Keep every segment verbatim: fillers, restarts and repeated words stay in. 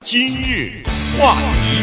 今日话题，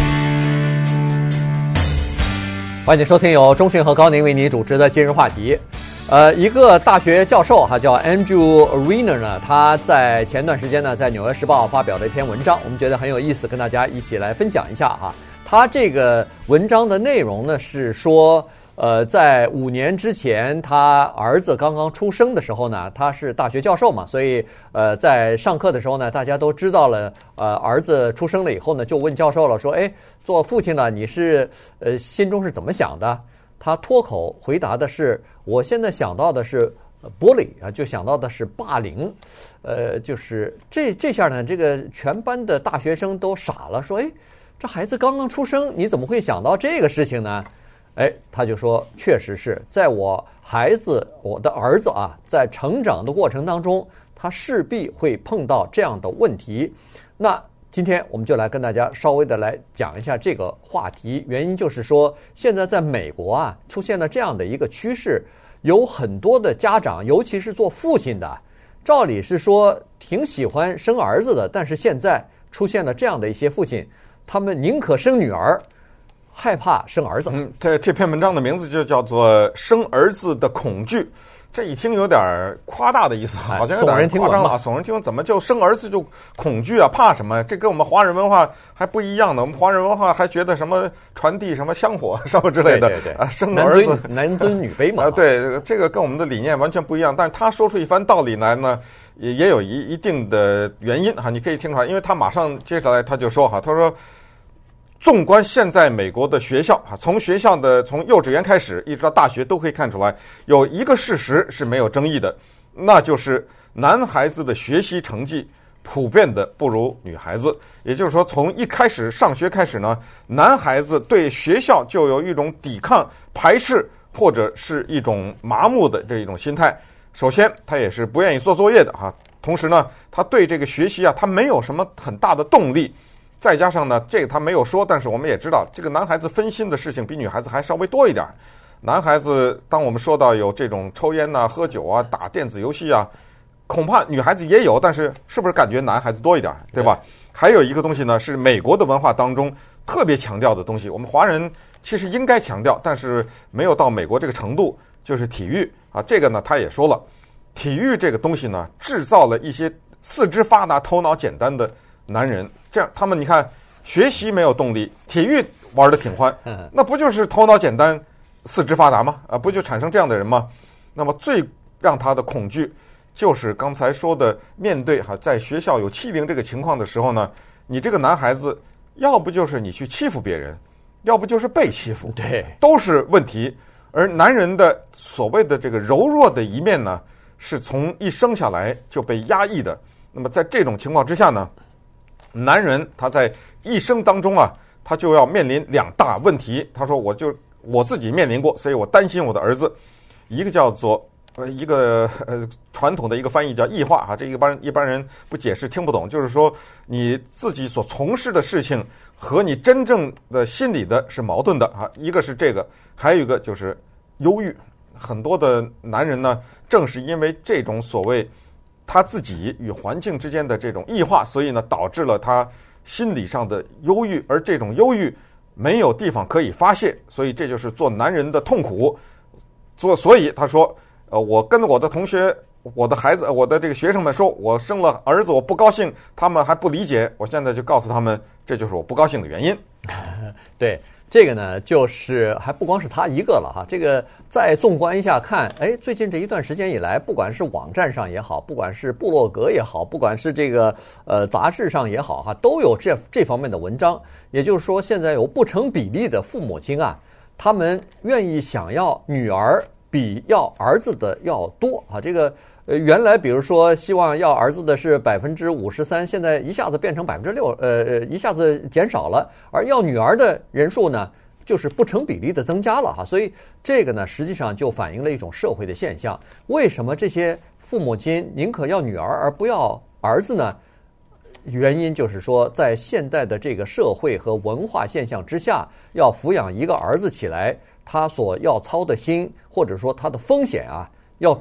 欢迎收听由钟迅和高宁为你主持的今日话题。呃，一个大学教授哈叫 Andrew Weiner 呢，他在前段时间呢在《纽约时报》发表了一篇文章，我们觉得很有意思，跟大家一起来分享一下哈。他这个文章的内容呢是说，呃，在五年之前，他儿子刚刚出生的时候呢，他是大学教授嘛，所以呃，在上课的时候呢，大家都知道了，呃，儿子出生了以后呢，就问教授了，说，哎，做父亲的你是呃心中是怎么想的？他脱口回答的是，我现在想到的是 bully 啊，就想到的是霸凌，呃，就是这这下呢，这个全班的大学生都傻了，说，哎，这孩子刚刚出生，你怎么会想到这个事情呢？哎，他就说，确实是在我孩子，我的儿子啊，在成长的过程当中，他势必会碰到这样的问题。那今天我们就来跟大家稍微的来讲一下这个话题，原因就是说，现在在美国啊，出现了这样的一个趋势，有很多的家长，尤其是做父亲的，照理是说挺喜欢生儿子的，但是现在出现了这样的一些父亲，他们宁可生女儿，害怕生儿子。 嗯，这这篇文章的名字就叫做《生儿子的恐惧》，这一听有点夸大的意思，好像有点夸张了啊！耸人听闻，怎么就生儿子就恐惧啊？怕什么？这跟我们华人文化还不一样呢。我们华人文化还觉得什么传递什么香火什么之类的， 对对对啊，生儿子男尊女卑嘛。 啊，对，这个跟我们的理念完全不一样。但是他说出一番道理来呢，也也有一一定的原因哈，你可以听出来，因为他马上接下来他就说哈，他说。纵观现在美国的学校啊，从学校的从幼稚园开始一直到大学，都可以看出来，有一个事实是没有争议的，那就是男孩子的学习成绩普遍的不如女孩子。也就是说，从一开始上学开始呢，男孩子对学校就有一种抵抗、排斥或者是一种麻木的这一种心态。首先，他也是不愿意做作业的哈，同时呢，他对这个学习啊，他没有什么很大的动力。再加上呢，这个他没有说，但是我们也知道，这个男孩子分心的事情比女孩子还稍微多一点。男孩子，当我们说到有这种抽烟啊、喝酒啊、打电子游戏啊，恐怕女孩子也有，但是是不是感觉男孩子多一点，对吧？还有一个东西呢，是美国的文化当中特别强调的东西，我们华人其实应该强调，但是没有到美国这个程度，就是体育啊。这个呢，他也说了，体育这个东西呢，制造了一些四肢发达、头脑简单的男人，这样他们你看学习没有动力，体育玩得挺欢，那不就是头脑简单、四肢发达吗？啊，不就产生这样的人吗？那么最让他的恐惧就是刚才说的，面对哈在学校有欺凌这个情况的时候呢，你这个男孩子要不就是你去欺负别人，要不就是被欺负， 对， 都是问题。而男人的所谓的这个柔弱的一面呢，是从一生下来就被压抑的。那么在这种情况之下呢，男人他在一生当中啊，他就要面临两大问题。他说，我就我自己面临过，所以我担心我的儿子。一个叫做呃一个呃传统的一个翻译叫异化哈，这一般一般人不解释听不懂，就是说你自己所从事的事情和你真正的心理的是矛盾的哈。一个是这个，还有一个就是忧郁。很多的男人呢，正是因为这种所谓他自己与环境之间的这种异化，所以呢，导致了他心理上的忧郁，而这种忧郁没有地方可以发泄，所以这就是做男人的痛苦。所所以他说，呃，我跟我的同学、我的孩子、我的这个学生们说，我生了儿子，我不高兴，他们还不理解，我现在就告诉他们，这就是我不高兴的原因。 对。这个呢，就是还不光是他一个了哈。这个再纵观一下看，哎，最近这一段时间以来，不管是网站上也好，不管是部落格也好，不管是这个呃杂志上也好哈，都有这这方面的文章。也就是说，现在有不成比例的父母亲啊，他们愿意想要女儿比要儿子的要多啊。这个呃，原来比如说希望要儿子的是百分之五十三，现在一下子变成百分之六，呃呃，一下子减少了，而要女儿的人数呢，就是不成比例的增加了哈。所以这个呢，实际上就反映了一种社会的现象。为什么这些父母亲宁可要女儿而不要儿子呢？原因就是说，在现代的这个社会和文化现象之下，要抚养一个儿子起来，他所要操的心，或者说他的风险啊，要比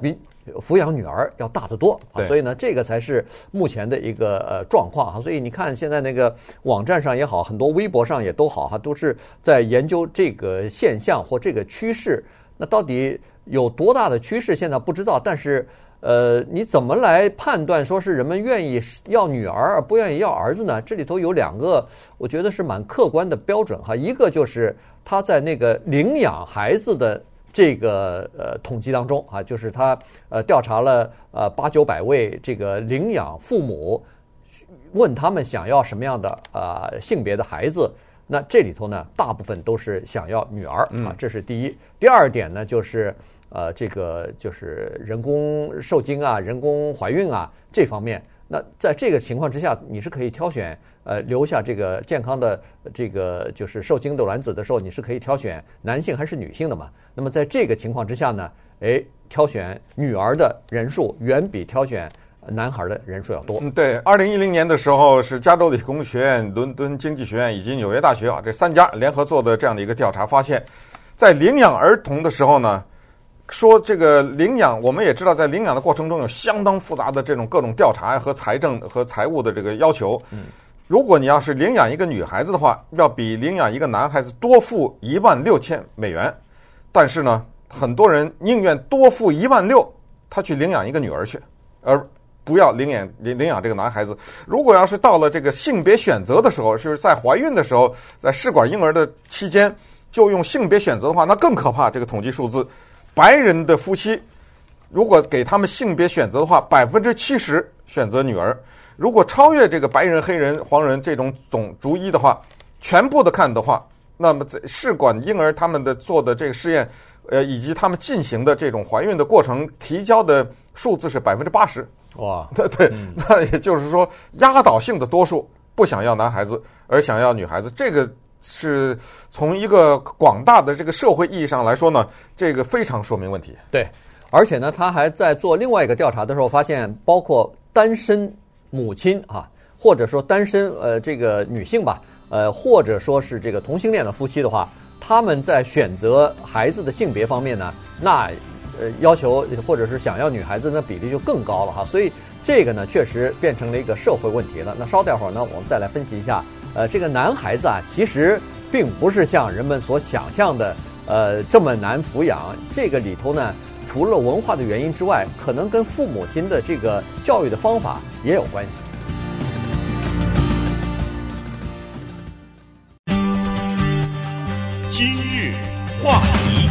抚养女儿要大得多啊， 对所以呢，这个才是目前的一个呃状况哈。所以你看，现在那个网站上也好，很多微博上也都好哈，都是在研究这个现象或这个趋势。那到底有多大的趋势，现在不知道，但是。呃，你怎么来判断说是人们愿意要女儿而不愿意要儿子呢？这里头有两个，我觉得是蛮客观的标准哈。一个就是他在那个领养孩子的这个呃统计当中啊，就是他呃调查了呃八九百位这个领养父母，问他们想要什么样的呃性别的孩子。那这里头呢，大部分都是想要女儿啊，这是第一。第二点呢，就是。呃，这个就是人工受精啊，人工怀孕啊这方面。那在这个情况之下，你是可以挑选呃留下这个健康的这个就是受精的卵子的时候，你是可以挑选男性还是女性的嘛？那么在这个情况之下呢，哎，挑选女儿的人数远比挑选男孩的人数要多。 嗯，对，二零一零年的时候是加州理工学院、伦敦经济学院以及纽约大学啊这三家联合做的这样的一个调查，发现，在领养儿童的时候呢。说这个领养，我们也知道，在领养的过程中有相当复杂的这种各种调查和财政和财务的这个要求。如果你要是领养一个女孩子的话，要比领养一个男孩子多付一万六千美元。但是呢，很多人宁愿多付一万六，他去领养一个女儿去，而不要领养领领养这个男孩子。如果要是到了这个性别选择的时候，是在怀孕的时候，在试管婴儿的期间就用性别选择的话，那更可怕。这个统计数字。白人的夫妻，如果给他们性别选择的话，百分之七十选择女儿。如果超越这个白人、黑人、黄人这种种族一的话，全部的看的话，那么在试管婴儿他们的做的这个试验，呃，以及他们进行的这种怀孕的过程，提交的数字是百分之八十。 哇， 对对，嗯、那也就是说，压倒性的多数不想要男孩子，而想要女孩子。这个。是从一个广大的这个社会意义上来说呢，这个非常说明问题。 对，而且呢，他还在做另外一个调查的时候，发现包括单身母亲啊，或者说单身呃这个女性吧，呃或者说是这个同性恋的夫妻的话，他们在选择孩子的性别方面呢，那呃要求或者是想要女孩子的比例就更高了哈。所以这个呢，确实变成了一个社会问题了。那稍待会儿呢，我们再来分析一下。呃，这个男孩子啊，其实并不是像人们所想象的，呃，这么难抚养。这个里头呢，除了文化的原因之外，可能跟父母亲的这个教育的方法也有关系。 今日话题，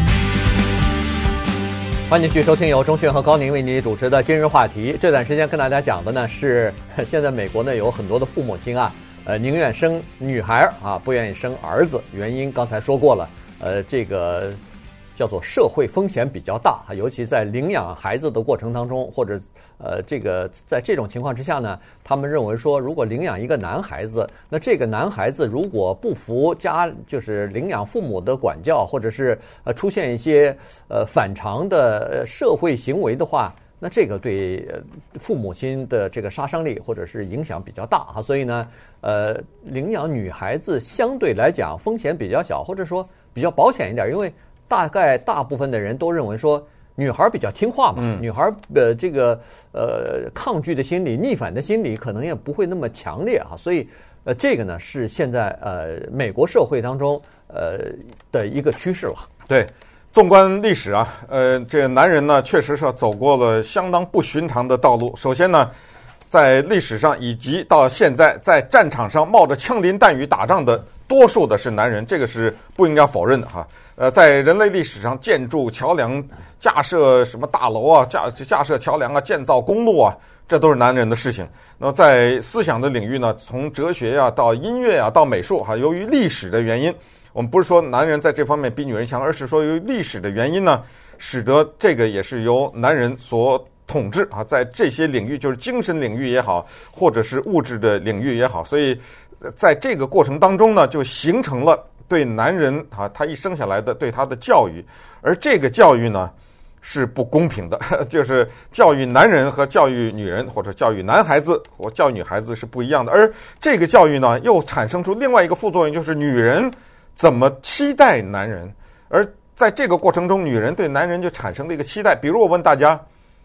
欢迎继续收听由钟迅和高宁为你主持的今日话题。这段时间跟大家讲的呢是，现在美国呢有很多的父母亲啊。呃，宁愿生女孩啊，不愿意生儿子。原因刚才说过了，呃，这个叫做社会风险比较大，尤其在领养孩子的过程当中，或者呃，这个在这种情况之下呢，他们认为说，如果领养一个男孩子，那这个男孩子如果不服家就是领养父母的管教，或者是呃出现一些呃反常的社会行为的话。那这个对父母亲的这个杀伤力或者是影响比较大哈，所以呢，呃，领养女孩子相对来讲风险比较小，或者说比较保险一点，因为大概大部分的人都认为说女孩比较听话嘛，嗯、女孩呃这个呃抗拒的心理、逆反的心理可能也不会那么强烈哈，所以呃这个呢是现在呃美国社会当中呃的一个趋势了。 对。纵观历史啊，呃，这个男人呢，确实是走过了相当不寻常的道路。首先呢，在历史上以及到现在，在战场上冒着枪林弹雨打仗的多数的是男人，这个是不应该否认的哈。呃，在人类历史上，建筑桥梁、架设什么大楼啊、架架设桥梁啊、建造公路啊，这都是男人的事情。那么在思想的领域呢，从哲学呀、啊、到音乐啊到美术哈，由于历史的原因。我们不是说男人在这方面比女人强，而是说由于历史的原因呢，使得这个也是由男人所统治啊，在这些领域，就是精神领域也好，或者是物质的领域也好，所以在这个过程当中呢，就形成了对男人啊，他一生下来的对他的教育，而这个教育呢是不公平的，就是教育男人和教育女人，或者教育男孩子或教育女孩子是不一样的，而这个教育呢，又产生出另外一个副作用，就是女人怎么期待男人，而在这个过程中，女人对男人就产生了一个期待。比如我问大家，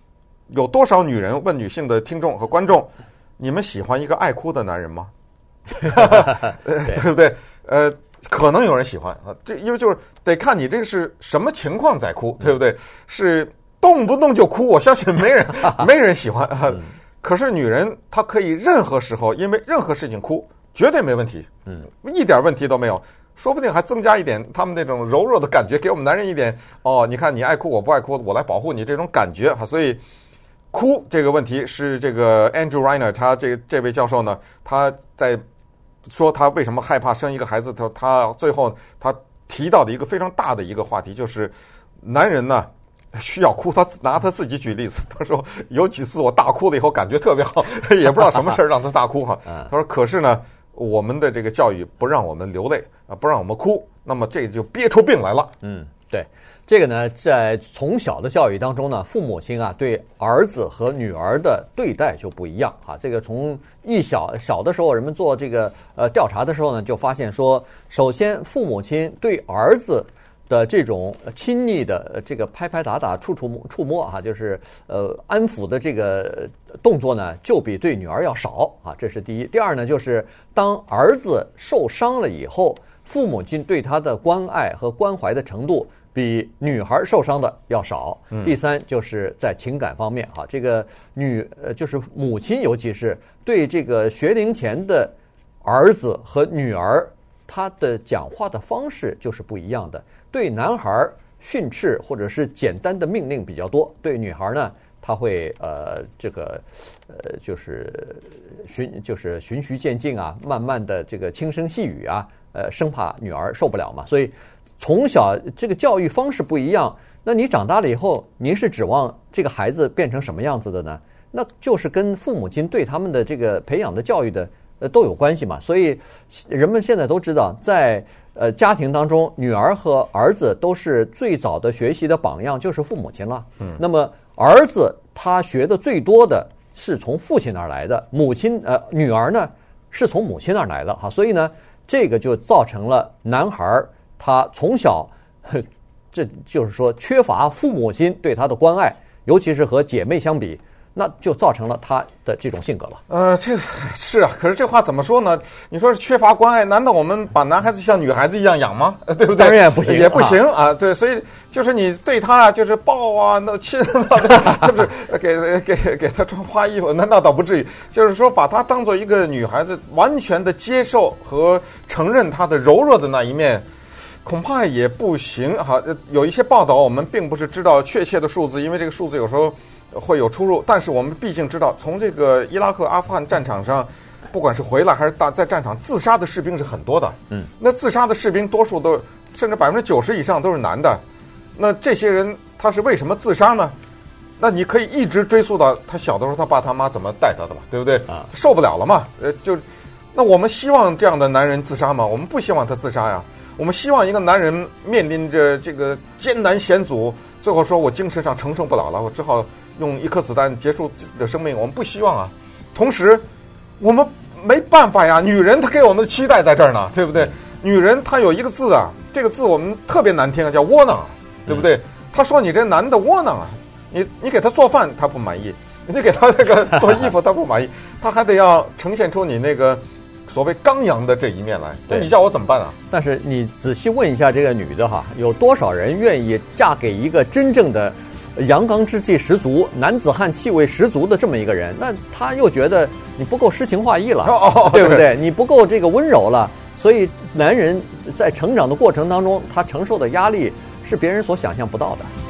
有多少女人问女性的听众和观众，你们喜欢一个爱哭的男人吗？对不对？呃，可能有人喜欢啊，这因为就是得看你这个是什么情况在哭，对不对？是动不动就哭，我相信没人没人喜欢啊。可是女人她可以任何时候因为任何事情哭，绝对没问题，嗯，一点问题都没有。说不定还增加一点他们那种柔弱的感觉，给我们男人一点哦，你看你爱哭我不爱哭，我来保护你这种感觉哈。所以哭这个问题是这个 Andrew Reiner 他这这位教授呢，他在说他为什么害怕生一个孩子，他他最后他提到的一个非常大的一个话题就是男人呢需要哭。他拿他自己举例子，他说有几次我大哭了以后感觉特别好，也不知道什么事儿让他大哭哈。他说可是呢我们的这个教育不让我们流泪啊，不让我们哭，那么这就憋出病来了。 嗯，对，这个呢，在从小的教育当中呢，父母亲啊对儿子和女儿的对待就不一样啊。这个从一小小的时候，人们做这个呃调查的时候呢，就发现说，首先父母亲对儿子的这种亲昵的这个拍拍打打、触触触摸啊，就是呃安抚的这个动作呢，就比对女儿要少啊，这是第一。第二呢，就是当儿子受伤了以后，父母亲对他的关爱和关怀的程度比女孩受伤的要少。嗯、第三，就是在情感方面啊，这个女呃就是母亲，尤其是对这个学龄前的儿子和女儿，他的讲话的方式就是不一样的。对男孩训斥或者是简单的命令比较多，对女孩呢，他会呃这个呃就是循就是循序渐进啊，慢慢的这个轻声细语啊，呃生怕女儿受不了嘛。所以从小这个教育方式不一样，那你长大了以后，您是指望这个孩子变成什么样子的呢？那就是跟父母亲对他们的这个培养的教育的呃都有关系嘛。所以人们现在都知道，在呃，家庭当中，女儿和儿子都是最早的学习的榜样，就是父母亲了。嗯，那么儿子他学的最多的是从父亲那儿来的，母亲呃，女儿呢是从母亲那儿来的哈，所以呢，这个就造成了男孩他从小，这就是说缺乏父母亲对他的关爱，尤其是和姐妹相比。那就造成了他的这种性格了。 呃，这个是啊，可是这话怎么说呢？你说是缺乏关爱，难道我们把男孩子像女孩子一样养吗？呃、对不对？ 当然也不行， 也不行啊。对，所以就是你对他啊，就是抱啊、那亲啊，就是给给给他穿花衣服，那那倒不至于。就是说，把他当做一个女孩子，完全的接受和承认她的柔弱的那一面。恐怕也不行哈。有一些报道，我们并不是知道确切的数字，因为这个数字有时候会有出入。但是我们毕竟知道，从这个伊拉克、阿富汗战场上，不管是回来还是大在战场自杀的士兵是很多的。嗯，那自杀的士兵多数都甚至百分之九十以上都是男的。那这些人他是为什么自杀呢？那你可以一直追溯到他小的时候，他爸他妈怎么带他的吧，对不对？啊，受不了了嘛。呃，就那我们希望这样的男人自杀吗？我们不希望他自杀呀。我们希望一个男人面临着这个艰难险阻，最后说我精神上承受不了了，我只好用一颗子弹结束自己的生命。我们不希望啊。同时，我们没办法呀，女人她给我们的期待在这儿呢，对不对？女人她有一个字啊，这个字我们特别难听啊，叫窝囊，对不对？她说你这男的窝囊啊，你你给他做饭他不满意，你给他那个做衣服他不满意，他还得要呈现出你那个所谓刚阳的这一面来，那你叫我怎么办啊？ 但是你仔细问一下这个女的哈，有多少人愿意嫁给一个真正的阳刚之气十足、男子汉气味十足的这么一个人？那她又觉得你不够诗情画意了，哦、对不对？对，你不够这个温柔了。所以男人在成长的过程当中，他承受的压力是别人所想象不到的。